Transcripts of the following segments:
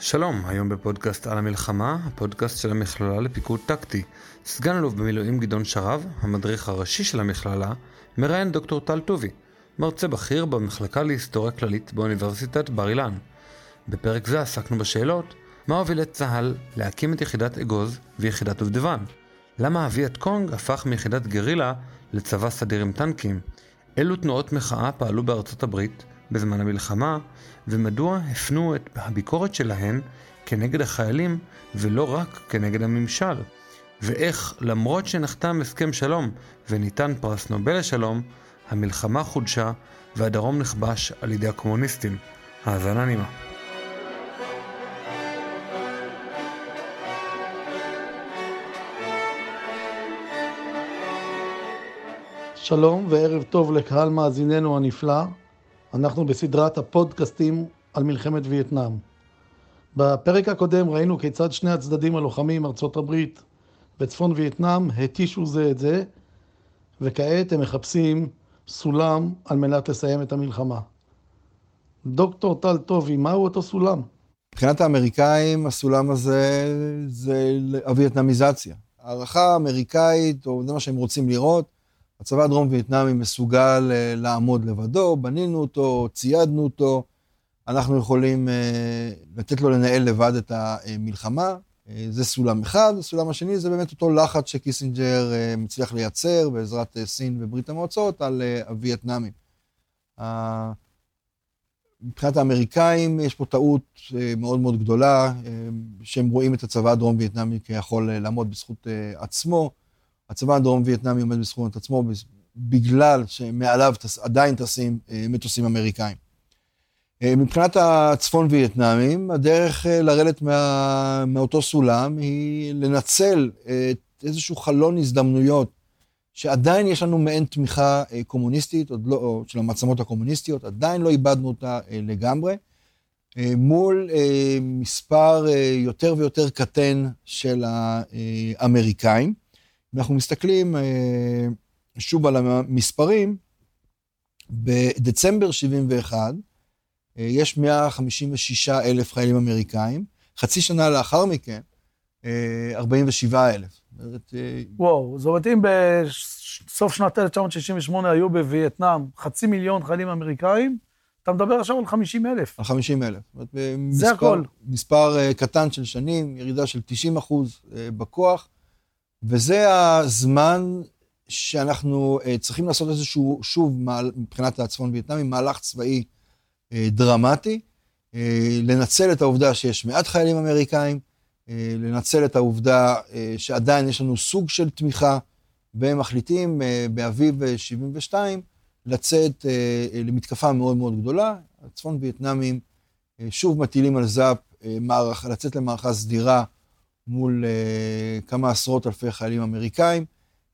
שלום, היום בפודקאסט על המלחמה, הפודקאסט של המכללה לפיקוד טקטי. סגן אלוף במילואים גדעון שרב, המדריך הראשי של המכללה, מראיין דוקטור טל טובי, מרצה בכיר במחלקה להיסטוריה כללית באוניברסיטת בר אילן. בפרק זה עסקנו בשאלות, מה הוביל את צה"ל להקים את יחידת אגוז ויחידת דובדבן? למה הווייטקונג הפך מיחידת גרילה לצבא סדיר עם טנקים? אילו תנועות מחאה פעלו בארצות הברית בזמן המלחמה, ומדוע הפנו את הביקורת שלהן כנגד החיילים ולא רק כנגד הממשל? ואיך למרות שנחתם הסכם שלום וניתן פרס נובל לשלום, המלחמה חודשה והדרום נכבש על ידי הקומוניסטים. האזנה נעימה. שלום וערב טוב לקהל מאזיננו הנפלא. אנחנו בסדרת הפודקאסטים על מלחמת וייטנאם. בפרק הקודם ראינו כיצד שני הצדדים הלוחמים, ארצות הברית וצפון וייטנאם, התישו זה את זה, וכעת הם מחפשים סולם על מנת לסיים את המלחמה. דוקטור טל טובי, מהו אותו סולם? מבחינת האמריקאים, הסולם הזה זה הווייטנאמיזציה. הערכה האמריקאית, או זה מה שהם רוצים לראות, הצבא הדרום וייטנאמי מסוגל לעמוד לבדו, בנינו אותו, ציידנו אותו, אנחנו יכולים לתת לו לנהל לבד את המלחמה, זה סולם אחד. הסולם השני זה באמת אותו לחץ שקיסינג'ר מצליח לייצר בעזרת סין וברית המועצות על הווייטנאמים. מבחינת האמריקאים יש פה טעות מאוד מאוד גדולה, שהם רואים את הצבא הדרום וייטנאמי כיכול לעמוד בזכות עצמו. הצבא הדרום וייטנאמי עומד בזכות עצמו בגלל שמעליו עדיין טסים מטוסים אמריקאים. מבחינת הצפון וייטנאמים, הדרך לרדת מאותו סולם היא לנצל את איזשהו חלון הזדמנויות שעדיין יש לנו מעין תמיכה קומוניסטית, או של המעצמות הקומוניסטיות, עדיין לא איבדנו אותה לגמרי, מול מספר יותר ויותר קטן של האמריקאים. אנחנו מסתכלים שוב על המספרים, בדצמבר 71 יש 156,000 חיילים אמריקאים, חצי שנה לאחר מכן 47,000. וואו, זאת אומרת אם בסוף שנת 1968 היו בווייטנאם 500,000 חיילים אמריקאים, אתה מדבר עכשיו על 50,000. על 50,000. זה הכל. מספר קטן של שנים, ירידה של 90% בכוח, וזה הזמן שאנחנו צריכים לעשות איזשהו, שוב, מבחינת הצפון וייטנאמי, מהלך צבאי דרמטי, לנצל את העובדה שיש מעט חיילים אמריקאים, לנצל את העובדה שעדיין יש לנו סוג של תמיכה, והם מחליטים באביב 72 לצאת למתקפה מאוד מאוד גדולה. הצפון וייטנאמים שוב מטילים על זאפ לצאת למערכה סדירה, מול כמה עשרות אלפי חיילים אמריקאים,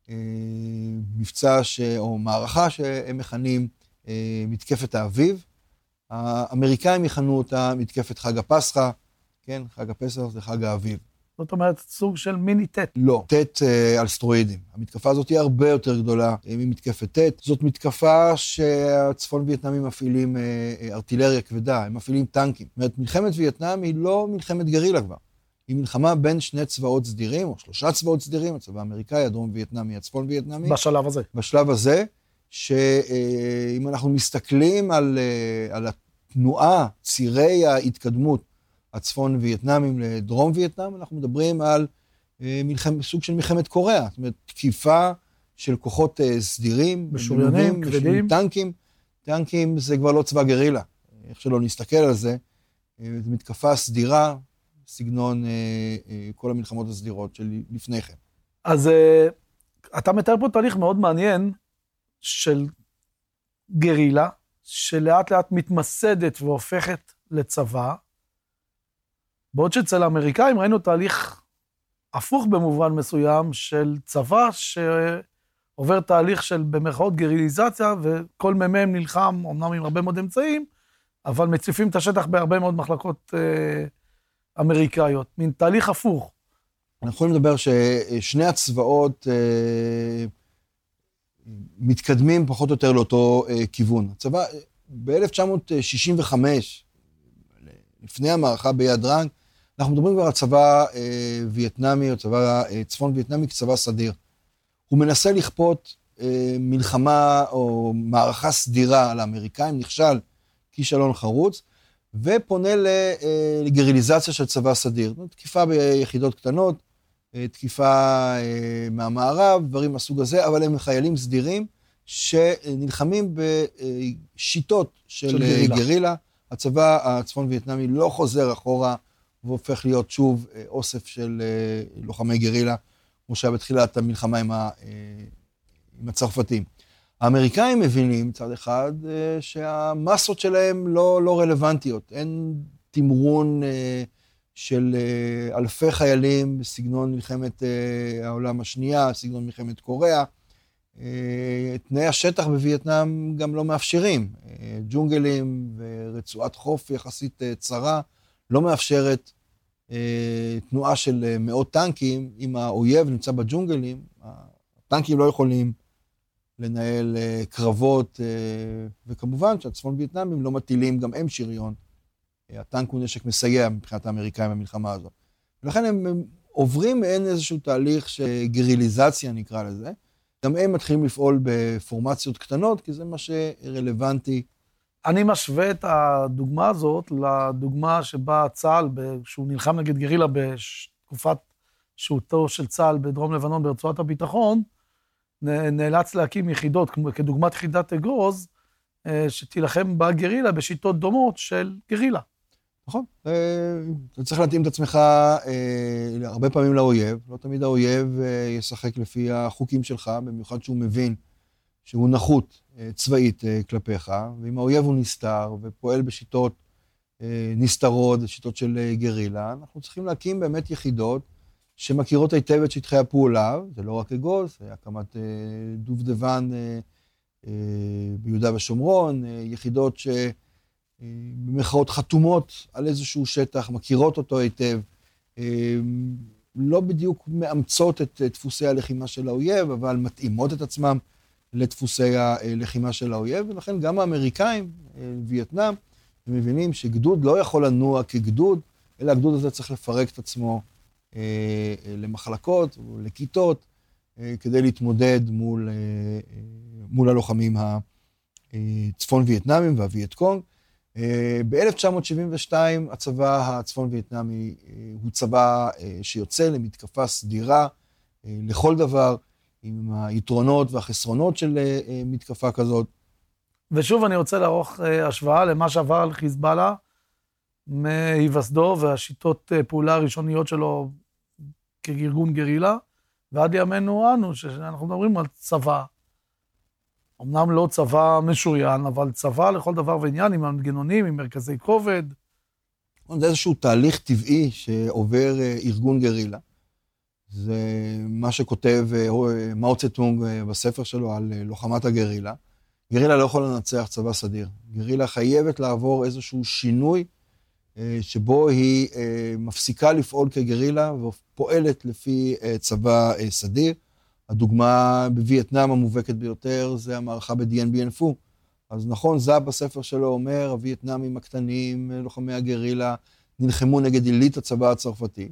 מבצע או מערכה שהם מכנים מתקפת האביב. האמריקאים יכנו אותה מתקפת חג הפסחא, כן, חג הפסח זה חג האביב. זאת אומרת, סוג של מיני טט. לא, טט על סטרואידים. המתקפה הזאת היא הרבה יותר גדולה ממתקפת טט. זאת מתקפה שהצפון וייטנאמים מפעילים ארטילריה כבדה, הם מפעילים טנקים. זאת אומרת, מלחמת וייטנאם היא לא מלחמת גרילה כבר. היא מלחמה בין שני צבאות סדירים, או 3 צבאות סדירים, הצבא האמריקאי, הדרום וייטנאמי, הצפון וייטנאמי. בשלב הזה. בשלב הזה, שאם אנחנו מסתכלים על התנועה, צירי ההתקדמות, הצפון וייטנאמים לדרום וייטנאם, אנחנו מדברים על סוג של מלחמת קוריאה, זאת אומרת, תקיפה של כוחות סדירים, משוריינים, כבדים. טנקים. טנקים זה כבר לא צבא גרילה, איך שלא נסתכל על זה, זו מתקפה סדירה, סגנון כל המלחמות הסדירות של לפני כן. אז אתה מתאר פה תהליך מאוד מעניין של גרילה, שלאט לאט מתמסדת והופכת לצבא, בעוד שאצל האמריקאים ראינו תהליך הפוך במובן מסוים של צבא שעובר תהליך של במרכאות גריליזציה, וכל מ"מ נלחם, אמנם עם הרבה מאוד אמצעים, אבל מציפים את השטח בהרבה מאוד מחלקות אמריקאיות, מין תהליך הפוך. אנחנו יכולים לדבר ששני הצבאות מתקדמים פחות או יותר לאותו כיוון. הצבא ב-1965, לפני המערכה ביד רן, אנחנו מדברים כבר על צבא וייטנאמי, או צבא צפון וייטנאמי כצבא סדיר. הוא מנסה לכפות מלחמה או מערכה סדירה על האמריקאים, נכשל כישלון חרוץ, ופונה לגריליזציה של צבא סדיר. תקיפה ביחידות קטנות, תקיפה מהמערב, דברים מהסוג הזה, אבל הם חיילים סדירים שנלחמים בשיטות של גרילה. הצבא הצפון וייטנאמי לא חוזר אחורה, והופך להיות שוב אוסף של לוחמי גרילה, כמו שהיה בתחילת המלחמה עם הצרפתים. האמריקאים מבינים, מצד אחד, שהמסות שלהם לא רלוונטיות. אין תמרון של אלפי חיילים בסגנון מלחמת העולם השנייה, סגנון מלחמת קוריאה. תנאי השטח בווייטנאם גם לא מאפשרים. ג'ונגלים ורצועת חוף יחסית צרה, לא מאפשרת תנועה של מאות טנקים. אם האויב נמצא בג'ונגלים, הטנקים לא יכולים לנהל קרבות, וכמובן שהצפון וייטנאמים לא מטילים גם הם שריון. הטנק הוא נשק מסייע מבחינת האמריקאים במלחמה הזו. ולכן הם עוברים מעין איזשהו תהליך שגריליזציה נקרא לזה. גם הם מתחילים לפעול בפורמציות קטנות, כי זה מה שרלוונטי. אני משווה את הדוגמה הזאת לדוגמה שבה צה"ל, שהוא נלחם נגד גרילה בתקופת שהותו של צה"ל בדרום לבנון ברצועת הביטחון, נאלץ להקים יחידות, כדוגמת יחידת אגוז, שתילחם בגרילה בשיטות דומות של גרילה. נכון. אתה צריך להתאים את עצמך הרבה פעמים לאויב. לא תמיד האויב ישחק לפי החוקים שלך, במיוחד שהוא מבין שהוא נחות צבאית כלפיך, ואם האויב הוא נסתר ופועל בשיטות נסתרות, שיטות של גרילה, אנחנו צריכים להקים באמת יחידות שמכירות היטב את שטחי הפעולה. זה לא רק אגוז, זה הקמת דובדבן ביהודה ושומרון, יחידות שבמחאות חתומות על איזשהו שטח, מכירות אותו היטב, לא בדיוק מאמצות את דפוסי הלחימה של האויב, אבל מתאימות את עצמם לדפוסי הלחימה של האויב, ולכן גם האמריקאים, וייטנאם, הם מבינים שגדוד לא יכול לנוע כגדוד, אלא הגדוד הזה צריך לפרק את עצמו למחלקות או לכיתות, כדי להתמודד מול הלוחמים הצפון וייטנאמים והווייטקונג. ב-1972 הצבא הצפון וייטנאמי הוא צבא שיוצא למתקפה סדירה לכל דבר, עם היתרונות והחסרונות של מתקפה כזאת. ושוב אני רוצה לערוך השוואה למה שעבר על חיזבאללה, מהיווסדו והשיטות פעולה הראשוניות שלו כארגון גרילה, ועד ימינו אנו, שאנחנו מדברים על צבא. אמנם לא צבא משוריין, אבל צבא לכל דבר ועניין, עם המנגנונים, עם מרכזי כובד. זה איזשהו תהליך טבעי שעובר ארגון גרילה. זה מה שכותב מאו צטונג בספר שלו על לוחמת הגרילה. גרילה לא יכולה לנצח צבא סדיר. גרילה חייבת לעבור איזשהו שינוי, שבו היא מפסיקה לפעול כגרילה ופועלת לפי צבא סדיר. הדוגמה בווייטנאם המובהקת ביותר זה המערכה בדיאן ביאן פו. אז נכון, זאב בספר שלו אומר, הווייטנאמים הקטנים, לוחמי הגרילה, נלחמו נגד עילית הצבא הצרפתי.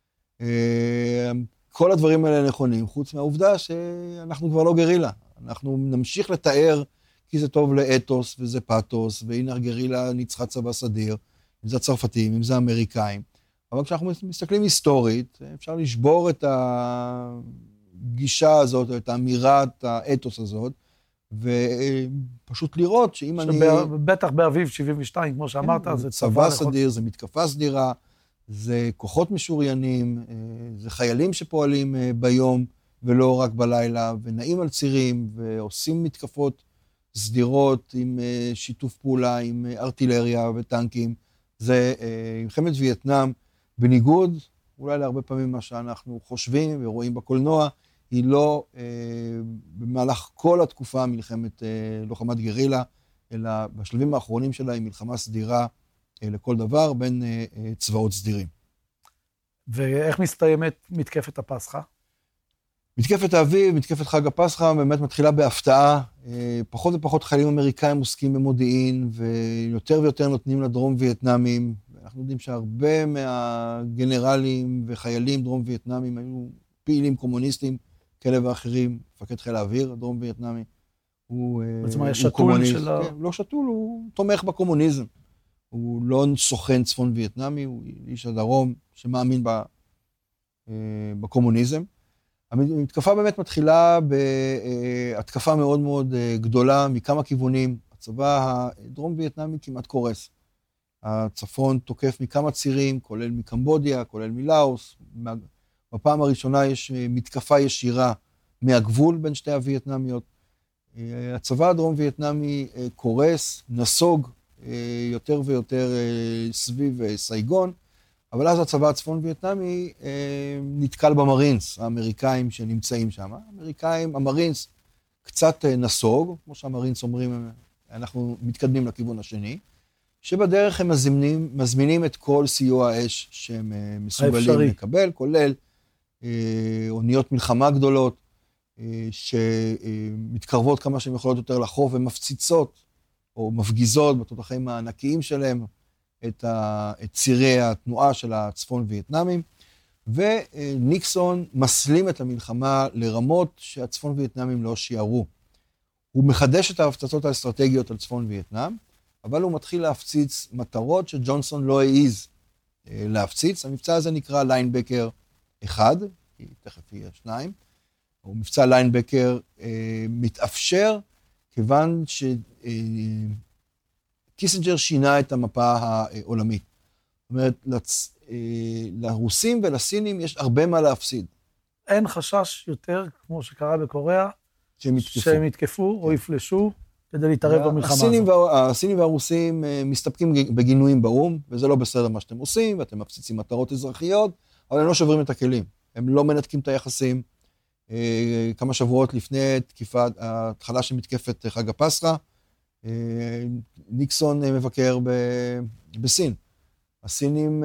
כל הדברים האלה נכונים, חוץ מהעובדה שאנחנו כבר לא גרילה. אנחנו נמשיך לתאר כי זה טוב לאתוס וזה פאטוס, והנה הגרילה ניצחה צבא סדיר, אם זה הצרפתים, אם זה האמריקאים. אבל כשאנחנו מסתכלים היסטורית, אפשר לשבור את הגישה הזאת, או את האמירת האתוס הזאת, ופשוט לראות שאם אני... בטח באביב 72, כמו שאמרת, זה צבא סדיר, זה מתקפה סדירה, זה כוחות משוריינים, זה חיילים שפועלים ביום ולא רק בלילה, ונעים על צירים, ועושים מתקפות סדירות עם שיתוף פעולה, עם ארטילריה וטנקים. זה מלחמת וייטנאם, בניגוד, אולי להרבה פעמים מה שאנחנו חושבים ורואים בקולנוע, היא לא במהלך כל התקופה מלחמת לוחמת גרילה, אלא בשלבים האחרונים שלה היא מלחמה סדירה לכל דבר בין צבאות סדירים. ואיך מסתיימת מתקפת הפסחא? מתקפת האביב, מתקפת חג הפסחא, באמת מתחילה בהפתעה. פחות ופחות חיילים אמריקאים עוסקים במודיעין, ויותר ויותר נותנים לדרום וייטנאמים. אנחנו יודעים שהרבה מהגנרלים וחיילים דרום וייטנאמים היו פעילים קומוניסטים כאלה ואחרים, מפקד חיל האוויר, דרום וייטנאמי, הוא קומוניסט. כן, לא שתול, הוא תומך בקומוניזם. הוא לא סוכן צפון וייטנאמי, הוא איש הדרום שמאמין בקומוניזם. המתקפה באמת מתחילה בהתקפה מאוד מאוד גדולה מכמה כיוונים. הצבא הדרום וייטנאמי כמעט קורס. הצפון תוקף מכמה צירים, כולל מקמבודיה, כולל מלאוס. בפעם הראשונה יש מתקפה ישירה מהגבול בין שתי הווייטנאמיות. הצבא הדרום וייטנאמי קורס, נסוג יותר ויותר סביב סייגון, אבל אז הצבא הצפון וייטנאמי נתקל במרינס, האמריקאים שנמצאים שם. המרינס קצת נסוג, כמו שהמרינס אומרים, אנחנו מתקדמים לכיוון השני, שבדרך הם מזמינים את כל סיוע האש שהם מסוגלים לקבל, כולל אוניות מלחמה גדולות, שמתקרבות כמה שהן יכולות יותר לחוף, ומפציצות או מפגיזות בתותחים הענקיים שלהם את צירי התנועה של הצפון וייטנאמים, וניקסון מסלים את המלחמה לרמות שהצפון וייטנאמים לא שיערו. הוא מחדש את ההפצצות האסטרטגיות על צפון וייטנאם, אבל הוא מתחיל להפציץ מטרות שג'ונסון לא העיז להפציץ. המבצע הזה נקרא ליינבקר 1, תכף יהיה 2, הוא מבצע ליינבקר מתאפשר, כיוון שקיסינג'ר שינה את המפה העולמית. זאת אומרת, לרוסים ולסינים יש הרבה מה להפסיד. אין חשש יותר, כמו שקרה בקוריאה, שהם יתקפו או יפלשו כדי להתערב במלחמה הזאת. הסינים והרוסים מסתפקים בגינויים באום, וזה לא בסדר מה שאתם עושים, ואתם מפציצים מטרות אזרחיות, אבל הם לא שוברים את הכלים. הם לא מנתקים את היחסים. כמה שבועות לפני ההתחלה של מתקפת חג הפסחא, ניקסון מבקר בסין. הסינים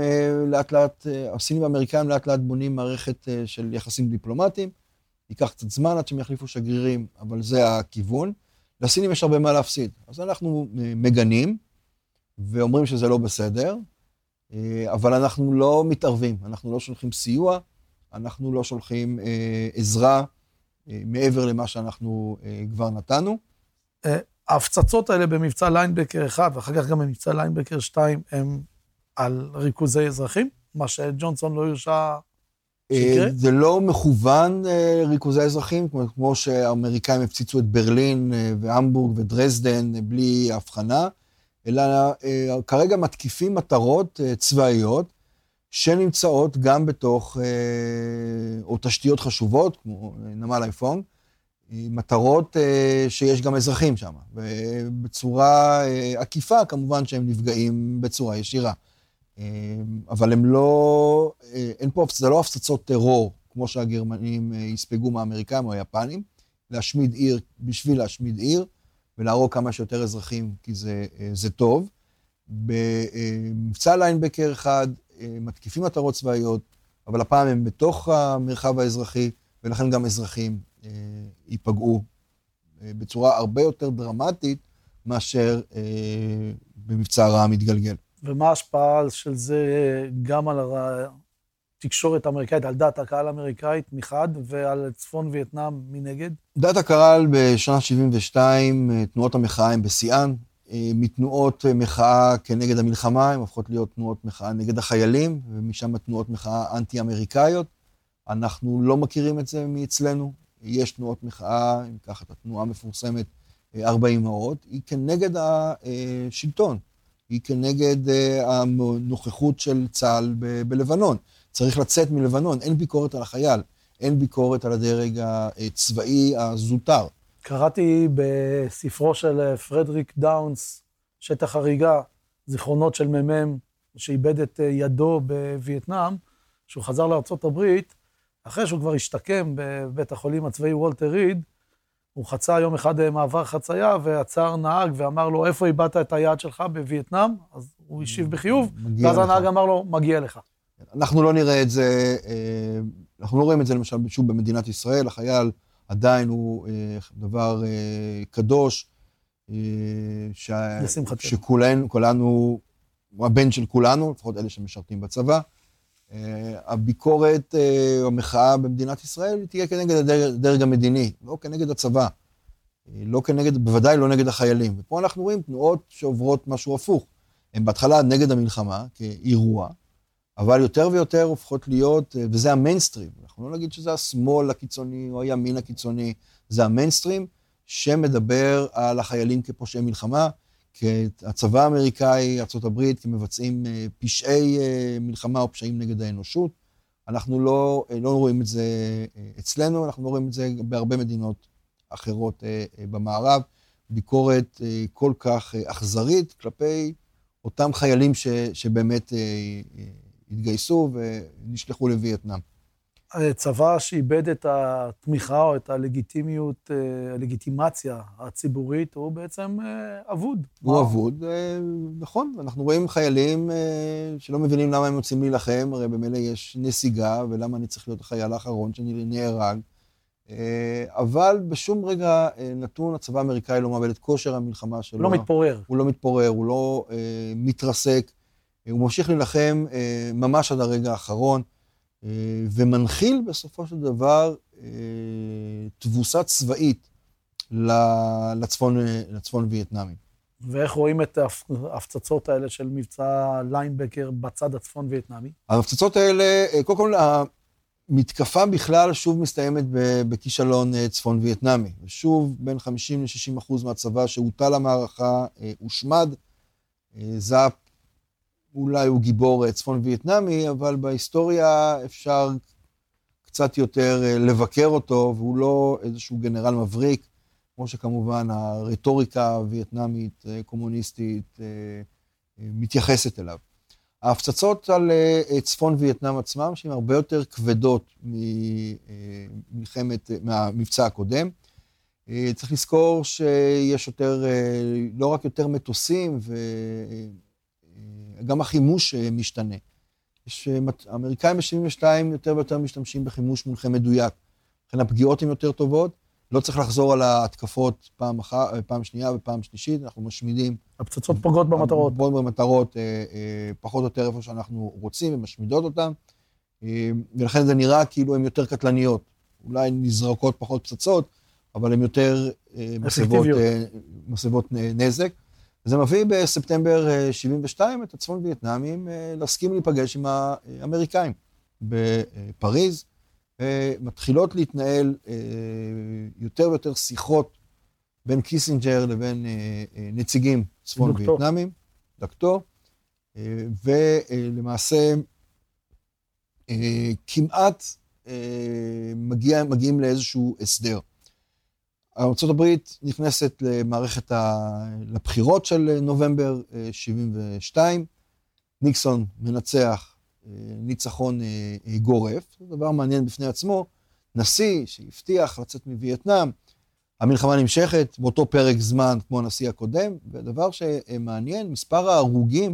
והאמריקאים לאט לאט בונים מערכת של יחסים דיפלומטיים, ייקח קצת זמן עד שהם יחליפו שגרירים, אבל זה הכיוון. לסינים יש הרבה מה להפסיד. אז אנחנו מגנים, ואומרים שזה לא בסדר, אבל אנחנו לא מתערבים, אנחנו לא שולחים סיוע, אנחנו לא שולחים עזרה מעבר למה שאנחנו כבר נתנו. ההפצצות האלה במבצע ליינבקר 1, ואחר כך גם במבצע ליינבקר 2, הם על ריכוזי אזרחים, מה שג'ונסון לא הרשה שיקרה? זה לא מכוון ריכוזי אזרחים, כמו שהאמריקאים הפציצו את ברלין והמבורג ודרזדן בלי הבחנה, אלא כרגע מתקיפים מטרות צבאיות, שנמצאות גם בתוך, או תשתיות חשובות, כמו נמל אייפונג, מטרות שיש גם אזרחים שם, ובצורה עקיפה כמובן שהם נפגעים בצורה ישירה. אבל הם לא, זה לא הפצצות טרור, כמו שהגרמנים יספגו מהאמריקאים או היפנים, להשמיד עיר בשביל להשמיד עיר, ולהרוג כמה שיותר אזרחים, כי זה טוב. במבצע ליינבקר 1, מתקיפים מטרות צבאיות, אבל הפעם הם בתוך המרחב האזרחי, ולכן גם אזרחים ייפגעו בצורה הרבה יותר דרמטית, מאשר במבצע הרע המתגלגל. ומה ההשפעה של זה גם על התקשורת האמריקאית, על דעת הקהל האמריקאית מחד, ועל צפון וייטנאם מנגד? דעת הקהל בשנה 72, תנועות המחאה הם בשיאן, מתנועות מחאה כנגד המלחמה, הן הופכות להיות תנועות מחאה נגד החיילים, ומשם תנועות מחאה אנטי-אמריקאיות. אנחנו לא מכירים את זה מאצלנו. יש תנועות מחאה, אם ככה, התנועה המפורסמת 40 מאות, היא כנגד השלטון, היא כנגד הנוכחות של צה"ל בלבנון. צריך לצאת מלבנון, אין ביקורת על החייל, אין ביקורת על הדרג הצבאי הזוטר. קראתי בספרו של פרדריק דאונס, שטח הריגה, זיכרונות של ממם, שאיבד את ידו בווייטנאם, שהוא חזר לארצות הברית, אחרי שהוא כבר השתקם בבית החולים הצבאי וולטר ריד, הוא חצה יום אחד מעבר חצייה, ועצר נהג ואמר לו, איפה איבדת את היד שלך בווייטנאם? אז הוא השיב בחיוב, ואז הנהג אמר לו, מגיע לך. אנחנו לא נראה את זה, אנחנו לא רואים את זה למשל שוב במדינת ישראל, החייל עדיין הוא דבר קדוש, שכולנו הבן של כולנו, לפחות אלה שמשרתים בצבא. הביקורת, המחאה במדינת ישראל, תהיה כנגד הדרג המדיני, לא כנגד הצבא. לא כנגד, בוודאי לא נגד החיילים. ופה אנחנו רואים תנועות שעוברות משהו הפוך. הן בהתחלה נגד המלחמה כאירוע, אבל יותר ויותר הופכות להיות, וזה המיינסטרים. אנחנו לא נגיד שזה השמאל הקיצוני או הימין הקיצוני, זה המיינסטרים שמדבר על החיילים כפושעי מלחמה, כהצבא האמריקאי, ארצות הברית, כמבצעים פשעי מלחמה או פשעים נגד האנושות. אנחנו לא רואים את זה אצלנו, אנחנו לא רואים את זה בהרבה מדינות אחרות במערב. ביקורת כל כך אכזרית כלפי אותם חיילים שבאמת התגייסו ונשלחו לווייטנאם. צבא שאיבד את התמיכה או את הלגיטימציה הציבורית, הוא בעצם אבוד. הוא אבוד, נכון. אנחנו רואים חיילים שלא מבינים למה הם רוצים להילחם, הרי במילא יש נסיגה, ולמה אני צריך להיות החייל האחרון שנהרג. אבל בשום רגע נתון, הצבא האמריקאי לא מאבד את כושר המלחמה שלו. לא מתפורר. הוא לא מתפורר, הוא לא מתרסק, הוא ממשיך להילחם ממש עד הרגע האחרון, ומנחיל בסופו של דבר תבוסה צבאית לצפון וייטנאמים. ואיך רואים את ההפצצות האלה של מבצע ליינבקר בצד הצפון וייטנאמי? ההפצצות האלה, קודם כל, המתקפה בכלל שוב מסתיימת בכישלון צפון וייטנאמי. ושוב, בין 50% ל-60% מהצבא שהוטל למערכה הושמד. זאפ אולי הוא גיבור צפון וייטנאמי, אבל בהיסטוריה אפשר קצת יותר לבקר אותו, והוא לא איזשהו גנרל מבריק, כמו שכמובן הרטוריקה הווייטנאמית, קומוניסטית, מתייחסת אליו. ההפצצות על צפון וייטנאם עצמם, שהן הרבה יותר כבדות מהמבצע הקודם. צריך לזכור שיש יותר, לא רק יותר מטוסים, וגם החימוש משתנה. האמריקאים ב-72 יותר ויותר משתמשים בחימוש מולכי מדויק. לכן הפגיעות הן יותר טובות, לא צריך לחזור על ההתקפות פעם שנייה ופעם שלישית, אנחנו משמידים. הפצצות פוגעות במטרות. פוגעות במטרות, פחות או יותר איפה שאנחנו רוצים, ומשמידות אותן, ולכן זה נראה כאילו הן יותר קטלניות. אולי נזרקות פחות פצצות, אבל הן יותר מסבות נזק. זה מביא בספטמבר 72 את הצפון וייטנאמים להסכים להיפגש עם האמריקאים בפריז, ומתחילות להתנהל יותר ויותר שיחות בין קיסינג'ר לבין נציגים צפון וייטנאמים, דקטו, ולמעשה כמעט מגיעים לאיזשהו הסדר. ארצות הברית נכנסת למערכת לבחירות של נובמבר 72, ניקסון מנצח ניצחון גורף, זה דבר מעניין בפני עצמו, נשיא שהבטיח לצאת מווייטנאם, המלחמה נמשכת באותו פרק זמן כמו הנשיא הקודם, ודבר שמעניין, מספר ההרוגים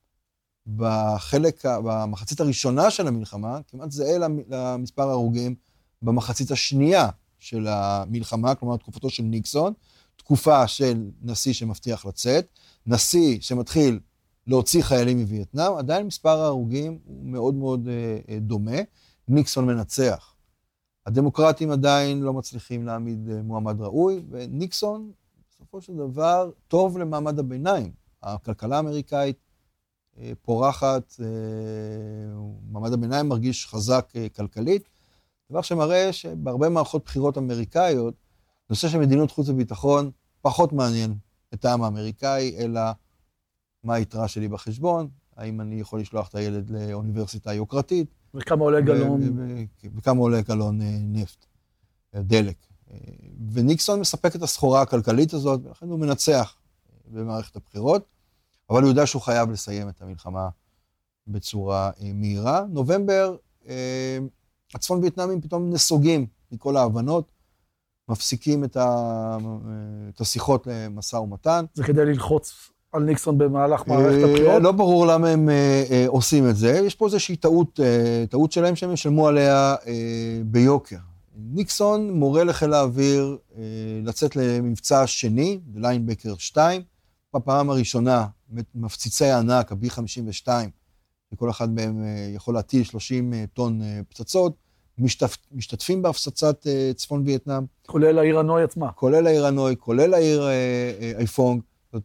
במחצית הראשונה של המלחמה, כמעט זהה למספר ההרוגים במחצית השנייה של המלחמה, כלומר תקופתו של ניקסון, תקופה של נשיא שמבטיח לצאת, נשיא שמתחיל להוציא חיילים מווייטנאם, עדיין מספר ההרוגים הוא מאוד מאוד דומה, ניקסון מנצח. הדמוקרטים עדיין לא מצליחים להעמיד מועמד ראוי, וניקסון בסופו של דבר טוב למעמד הביניים. הכלכלה האמריקאית פורחת, מעמד הביניים מרגיש חזק כלכלית, דבר שמראה שבהרבה מערכות בחירות אמריקאיות, נושא של מדיניות חוץ וביטחון פחות מעניין את העם האמריקאי, אלא מה היתרה שלי בחשבון, האם אני יכול לשלוח את הילד לאוניברסיטה יוקרתית. וכמה עולה גלון. וכמה עולה גלון נפט, דלק. וניקסון מספק את הסחורה הכלכלית הזאת, ולכן הוא מנצח במערכת הבחירות, אבל הוא יודע שהוא חייב לסיים את המלחמה בצורה מהירה. נובמבר, הצפון וייטנאמים פתאום נסוגים מכל ההבנות, מפסיקים את השיחות למשא ומתן. זה כדי ללחוץ על ניקסון במהלך מערכת הבחירות? לא ברור למה הם עושים את זה. יש פה איזושהי טעות שלהם שהם ישלמו עליה ביוקר. ניקסון מורה לחיל האוויר לצאת למבצע שני, ליינבקר 2, בפעם הראשונה מפציצי הענק, ה-B-52, שכל אחד מהם יכול להטיל 30 טון פצצות, משתתפים בהפצצת צפון וייטנאם. כולל העיר הנוי עצמה. כולל העיר הנוי, כולל העיר אייפונג.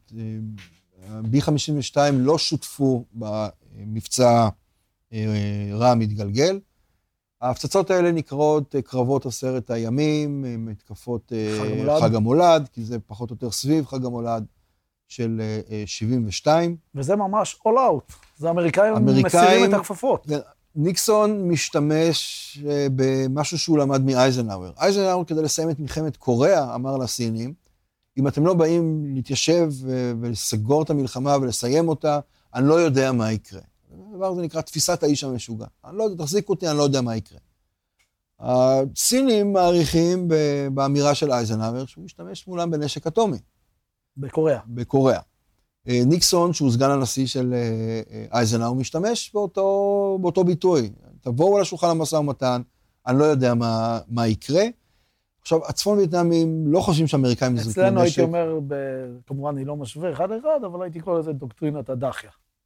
B-52 לא שותפו במבצע רע מתגלגל. ההפצצות האלה נקראות קרבות 10 הימים, מתקפות חג המולד, כי זה פחות או יותר סביב חג המולד של 72. וזה ממש all out. זה האמריקאים מסירים את הכפפות. ניקסון משתמש במשהו שהוא למד מאייזנהאואר. אייזנהאואר, כדי לסיים את מלחמת קוריאה, אמר לסינים, אם אתם לא באים להתיישב ולסגור את המלחמה ולסיים אותה, אני לא יודע מה יקרה. הדבר הזה נקרא תפיסת האיש המשוגע. אני לא יודע, תחזיק אותי, אני לא יודע מה יקרה. הסינים מעריכים באמירה של אייזנהאואר, שהוא משתמש מולם בנשק אטומי. בקוריאה. ניקסון, שהוא סגן הנשיא של אייזנהאואר, משתמש באותו ביטוי. תבואו על השולחן המשא ומתן, אני לא יודע מה יקרה. עכשיו, הצפון וייטנאמים לא חושבים שהאמריקאים יזרקו נשק. אצלנו הייתי אומר, כמובן אני לא משווה אחד, אבל הייתי קורא לזה דוקטרינת הדחיה.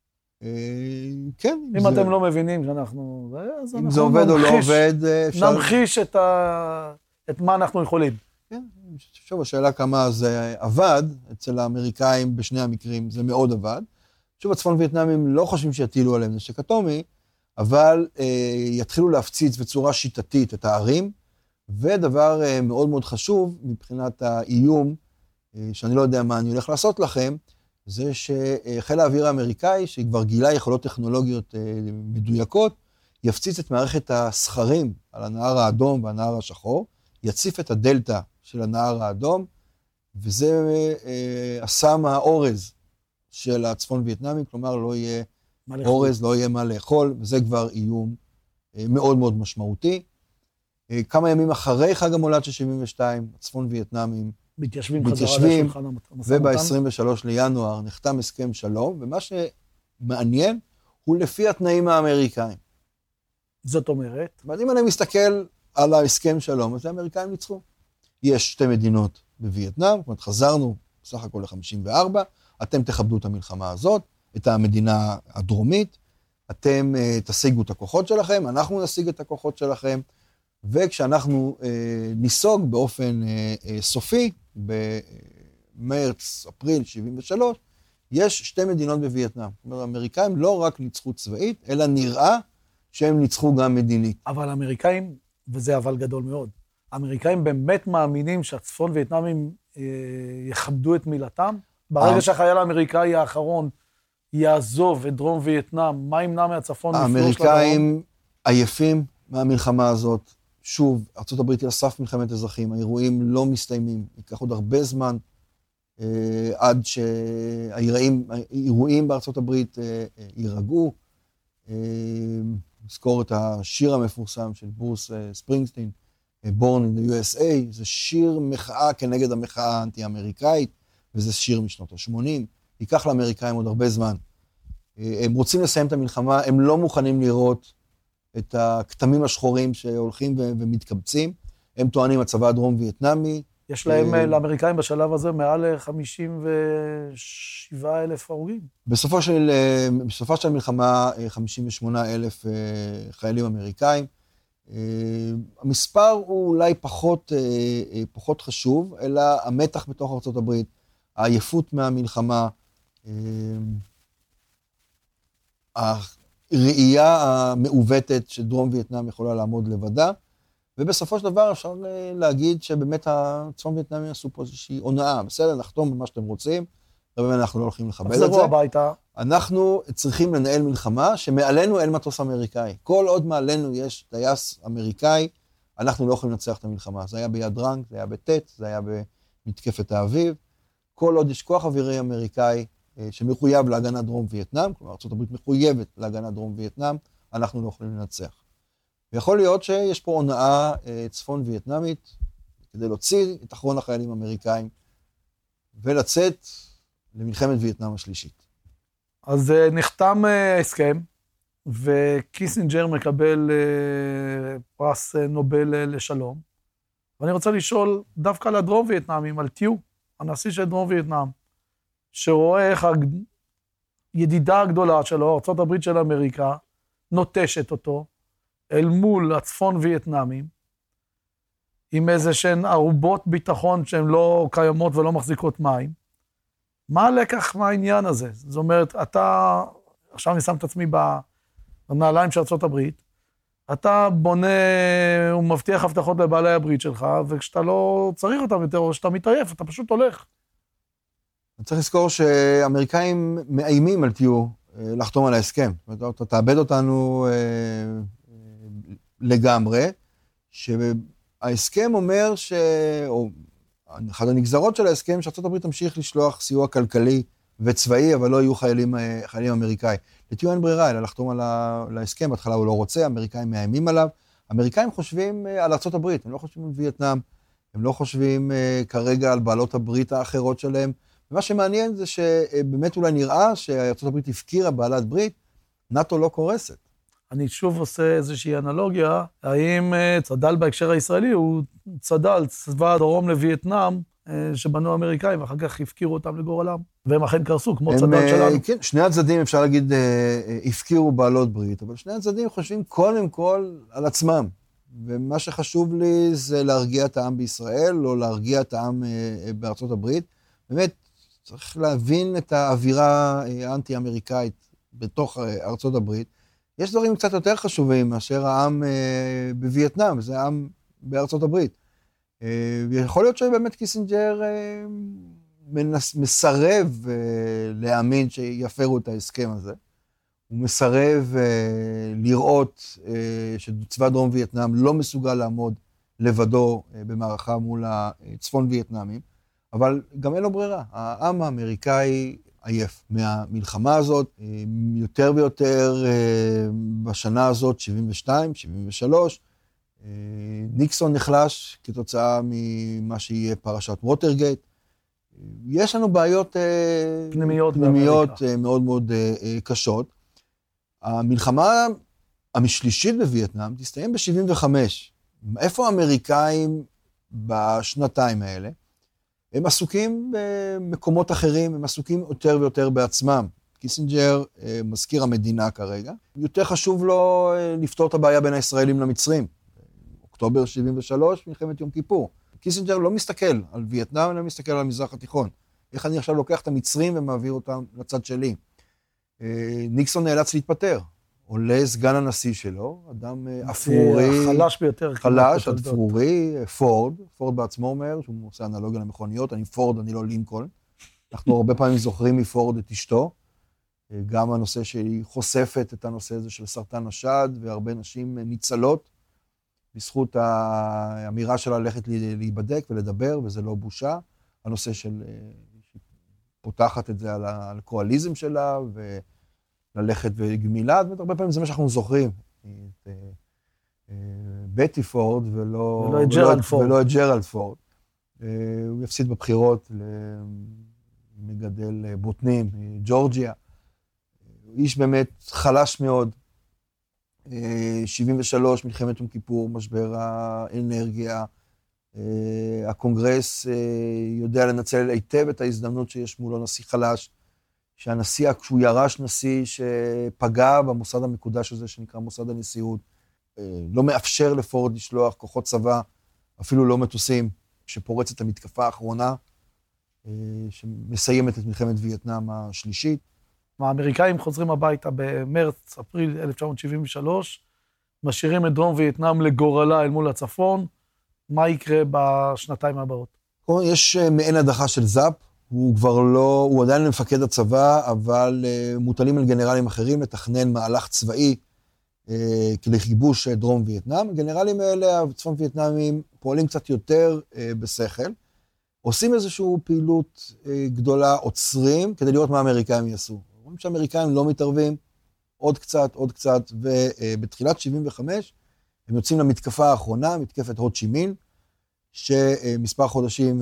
כן. אם אתם לא מבינים שאנחנו... אם זה עובד או לא עובד, אפשר... נמחיש את מה אנחנו יכולים. כן, עכשיו השאלה כמה זה עבד, אצל האמריקאים בשני המקרים זה מאוד עבד. שוב, הצפון וייטנאמים לא חושבים שיטילו עליהם נשק אטומי, אבל יתחילו להפציץ בצורה שיטתית את הערים, ודבר מאוד מאוד חשוב מבחינת האיום, שאני לא יודע מה אני הולך לעשות לכם, זה שחיל האוויר האמריקאי, שכבר גילה יכולות טכנולוגיות מדויקות, יפציץ את מערכת הסכרים על הנהר האדום והנהר השחור, יציף את הדלטה של הנהר האדום, וזה אסם האורז של הצפון וייטנאמים, כלומר לא יהיה אורז, לא יהיה מה לאכול, וזה כבר איום מאוד מאוד משמעותי. כמה ימים אחרי חג המולד של 72, הצפון וייטנאמים מתיישבים, וב-23 לינואר נחתם הסכם שלום, ומה שמעניין הוא לפי התנאים האמריקאים. זאת אומרת? אם אני מסתכל על ההסכם שלום, אז האמריקאים ניצחו. יש 2 מדינות בווייטנאם, זאת אומרת, חזרנו בסך הכל ל-54, אתם תכבדו את המלחמה הזאת, את המדינה הדרומית, אתם תשיגו את הכוחות שלכם, אנחנו נשיג את הכוחות שלכם, וכשאנחנו ניסוג באופן סופי, במרץ, אפריל 73, יש 2 מדינות בווייטנאם. זאת אומרת, האמריקאים לא רק ניצחו צבאית, אלא נראה שהם ניצחו גם מדינית. אבל האמריקאים, וזה אבל גדול מאוד, האמריקאים באמת מאמינים שהצפון וייטנאמים יכבדו את מילתם? ברגע שהחייל האמריקאי האחרון יעזוב את דרום וייטנאם, מה ימנע מהצפון לפלוש לדרום? האמריקאים עייפים מהמלחמה הזאת. שוב, ארצות הברית היא על סף מלחמת אזרחים, האירועים לא מסתיימים, ייקח עוד הרבה זמן עד שהאירועים בארצות הברית יירגעו. נזכור את השיר המפורסם של ברוס ספרינגסטין, Born in the USA, זה שיר מחאה כנגד המחאה האנטי-אמריקאית, וזה שיר משנות ה-80, ייקח לאמריקאים עוד הרבה זמן. הם רוצים לסיים את המלחמה, הם לא מוכנים לראות את הכתמים השחורים שהולכים ומתקבצים, הם טוענים הצבא הדרום וייטנאמי. יש להם, לאמריקאים בשלב הזה, מעל 57,000 הרוגים. בסופה של המלחמה, 58,000 חיילים אמריקאים. המספר הוא אולי פחות חשוב, אלא המתח בתוך ארצות הברית, העייפות מהמלחמה, הראייה המעוותת שדרום וייטנאם יכולה לעמוד לבדה, ובסופו של דבר אפשר להגיד שבאמת הצפון וייטנאמים עשו פה איזושהי הונאה, בסדר, נחתום במה שאתם רוצים, אנחנו לא הולכים לכבד את זה. תחזרו הביתה. אנחנו צריכים לנהל מלחמה שמעלינו אין מטוס אמריקאי. כל עוד מעלינו יש טייס אמריקאי, אנחנו לא יכולים לנצח את המלחמה. זה היה ביד רנג, זה היה בטט, זה היה במתקפת האביב. כל עוד יש כוח אווירי אמריקאי שמחויב להגנת דרום וייטנאם, כלומר ארצות הברית מחויבת להגנת דרום וייטנאם, אנחנו לא יכולים לנצח. ויכול להיות שיש פה הונאה צפון וייטנאמית, כדי להוציא את אחרון החיילים האמריקאים, ולצאת למלחמת וייטנאם השלישית. אז נחתם הסכם, וקיסינג'ר מקבל פרס נובל לשלום, ואני רוצה לשאול דווקא על הדרום וייטנאמים, על טיו, הנשיא של דרום וייטנאם, שרואה איך הידידה הגדולה שלו, ארצות הברית של אמריקה, נוטשת אותו אל מול הצפון וייטנאמים, עם איזה שהן ערובות ביטחון שהן לא קיימות ולא מחזיקות מים. מה הלקח מהעניין הזה? זאת אומרת, עכשיו אני שם את עצמי בנעליים של ארצות הברית, אתה בונה ומבטיח הבטחות לבעלי הברית שלך, וכשאתה לא צריך אותם יותר, או שאתה מתעייף, אתה פשוט הולך. צריך לזכור שאמריקאים מאיימים על טיור לחתום על ההסכם. אתה תאבד אותנו לגמרי, שההסכם אומר או אחד הנגזרות של ההסכם, שארצות הברית תמשיך לשלוח סיוע כלכלי וצבאי, אבל לא יהיו חיילים אמריקאים. לטיור אין ברירה, אלא לחתום על ההסכם, בהתחלה הוא לא רוצה, האמריקאים מאיימים עליו. האמריקאים חושבים על ארצות הברית, הם לא חושבים על וייטנאם, הם לא חושבים כרגע על בעלות הברית האחרות שלהם. ומה שמעניין זה שבאמת אולי נראה שארצות הברית הפקירה בעלת ברית, נאט"ו לא קורסת. אני שוב עושה איזושהי אנלוגיה, האם צד"ל בהקשר הישראלי הוא צד"ל, צבא הדרום לווייטנאם, שבנו האמריקאים, ואחר כך הפקירו אותם לגורלם, והם אכן קרסו, כמו צד"ל שלנו. כן, שני הצדדים, אפשר להגיד, הפקירו בעלות ברית, אבל שני הצדדים חושבים קודם כל על עצמם, ומה שחשוב לי זה להרגיע את העם בישראל, או להרגיע את העם בארצות הברית. באמת, צריך להבין את האווירה האנטי-אמריקאית בתוך ארצות הברית. יש דברים קצת יותר חשובים מאשר העם בווייטנאם, זה העם בארצות הברית. ויכול להיות שבאמת קיסינג'ר מסרב להאמין שיפרו את ההסכם הזה. הוא מסרב לראות שצבא דרום וייטנאם לא מסוגל לעמוד לבדו במערכה מול הצפון וייטנאמים, אבל גם אין לו ברירה. העם האמריקאי עייף מהמלחמה הזאת, יותר ויותר בשנה הזאת, 72, 73, ניקסון נחלש כתוצאה ממה שיהיה פרשת ווטרגייט. יש לנו בעיות פנימיות מאוד מאוד קשות. המלחמה השלישית בווייטנאם תסתיים ב-75. איפה האמריקאים בשנתיים האלה? הם עסוקים במקומות אחרים, הם עסוקים יותר ויותר בעצמם. קיסינג'ר מזכיר המדינה כרגע. יותר חשוב לו לפתור את הבעיה בין הישראלים למצרים. אוקטובר 73, מלחמת יום כיפור. קיסינג'ר לא מסתכל על וייטנאם, אלא מסתכל על המזרח התיכון. איך אני עכשיו לוקח את המצרים ומעביר אותם לצד שלי. ניקסון נאלץ להתפטר. עולה סגן הנשיא שלו, אדם אפרורי. חלש ביותר. חלש, אפרורי, פורד בעצמו אומר, שהוא עושה אנלוגיה למכוניות, אני פורד, אני לא לינקולן. אנחנו הרבה פעמים זוכרים מפורד את אשתו. גם הנושא שהיא חושפת את הנושא הזה של סרטן השד, והרבה נשים ניצלות. בזכות האמירה שלה ללכת להיבדק ולדבר, וזה לא בושה. הנושא של, פותחת את זה על הקואליזם שלה, וללכת וגמילה, הרבה פעמים זה מה שאנחנו זוכרים. את בטי פורד ולא את ג'רלד פורד. הוא יפסיד בבחירות למגדל בוטנים, ג'ורג'יה. איש באמת חלש מאוד. 73, מלחמת יום כיפור, משבר האנרגיה, הקונגרס יודע לנצל היטב את ההזדמנות שיש מולו נשיא חלש, שהנשיא, כשהוא ירש נשיא שפגע במוסד המקודש הזה שנקרא מוסד הנשיאות, לא מאפשר לפורד לשלוח כוחות צבא, אפילו לא מטוסים, שפורצת המתקפה האחרונה, שמסיימת את מלחמת וייטנאם השלישית. האמריקאים חוזרים הביתה במרץ, אפריל 1973, משאירים את דרום וייטנאם לגורלה אל מול הצפון, מה יקרה בשנתיים הבאות? יש מעין הדחה של זאפ, הוא כבר לא, הוא עדיין מפקד הצבא, אבל מוטלים על גנרלים אחרים לתכנן מהלך צבאי לכיבוש דרום וייטנאם. הגנרלים האלה, הצפון וייטנאמים, פועלים קצת יותר בשכל, עושים איזושהי פעילות גדולה, עוצרים, כדי לראות מה האמריקאים יעשו. רואים שהאמריקאים לא מתערבים, עוד קצת, ובתחילת 75, הם יוצאים למתקפה האחרונה, מתקפת הו צ'י מין, שמספר חודשים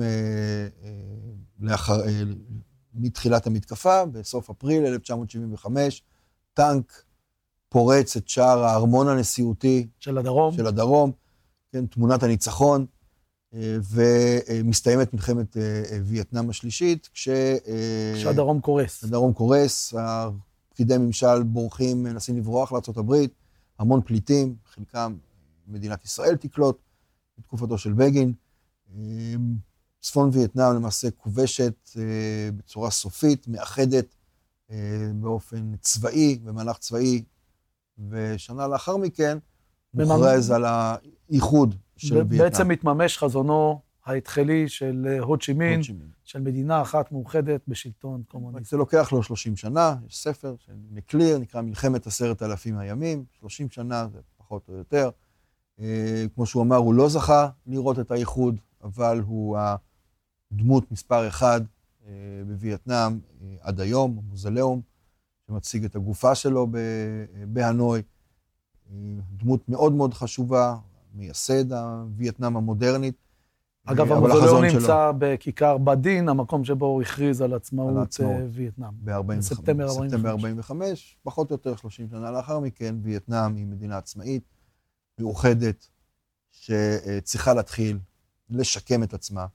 מתחילת המתקפה, בסוף אפריל 1975, טנק פורץ את שער הארמון הנשיאותי של הדרום, כן, תמונת הניצחון, ומסתיימת מלחמת וייטנאם השלישית, כשהדרום קורס. הדרום קורס, פקידי ממשל בורחים, מנסים לברוח לארצות הברית, המון פליטים, חלקם מדינת ישראל תקלוט, בתקופתו של בגין. צפון וייטנאם למעשה כובשת בצורה סופית, מאחדת באופן צבאי, במהלך צבאי, ושנה לאחר מכן מוכרז על האיחוד של וייטנאם. בעצם מתממש חזונו ההתחלי של הו צ'י מין, של מדינה אחת מאוחדת בשלטון קומוניסטי. זה לוקח לו 30 שנה, יש ספר של מקליר, נקרא מלחמת 10,000 הימים, 30 שנה זה פחות או יותר. כמו שהוא אמר, הוא לא זכה לראות את האיחוד, אבל הוא הדמות מספר אחד בווייטנאם עד היום, המוזיאום, שמציג את הגופה שלו בהנוי. דמות מאוד מאוד חשובה, מייסד הווייטנאם המודרנית. אגב, המוזיאום נמצא בכיכר בדין, המקום שבו הוא הכריז על עצמאות וייטנאם. בספטמבר 45, פחות או יותר 30 שנה לאחר מכן, וייטנאם היא מדינה עצמאית, מאוחדת, שצריכה להתחיל לשקם את עצמה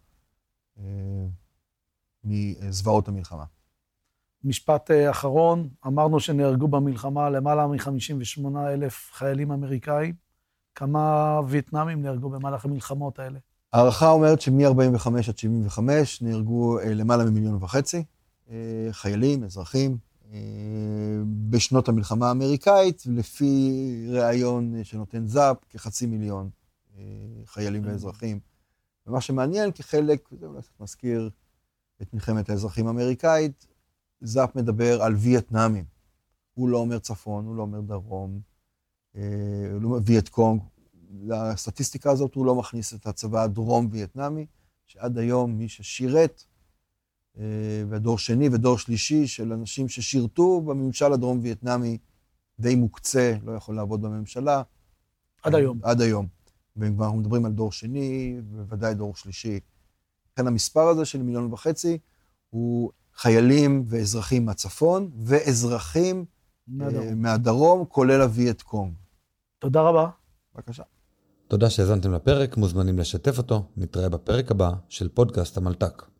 מזוועות המלחמה. משפט אחרון, אמרנו שנהרגו במלחמה למעלה מ-58,000 חיילים אמריקאים. כמה וייטנאמים נהרגו במהלך המלחמות האלה? הערכה אומרת שמ-45 עד 75 נהרגו למעלה מ1.5 מיליון חיילים, אזרחים, בשנות המלחמה האמריקאית, לפי ראיון שנותן זאפ, כ500,000 חיילים ואזרחים. ומה שמעניין כחלק, זה אולי קצת מזכיר את מלחמת האזרחים האמריקאית, זאפ מדבר על וייטנאמים. הוא לא אומר צפון, הוא לא אומר דרום, הוא לא אומר וייט קונג. לסטטיסטיקה הזאת הוא לא מכניס את הצבא הדרום וייטנאמי, שעד היום מי ששירת, ודור שני ודור שלישי של אנשים ששירתו בממשל הדרום וייטנאמי, די מוקצה, לא יכול לעבוד בממשלה. עד היום. עד היום. וכבר אנחנו מדברים על דור שני, ובוודאי דור שלישי. לכן המספר הזה של 1.5 מיליון הוא חיילים ואזרחים מהצפון, ואזרחים מהדרום, כולל הווייט קונג. תודה רבה. בבקשה. תודה שהזנתם לפרק, מוזמנים לשתף אותו, נתראה בפרק הבא של פודקאסט המלתק.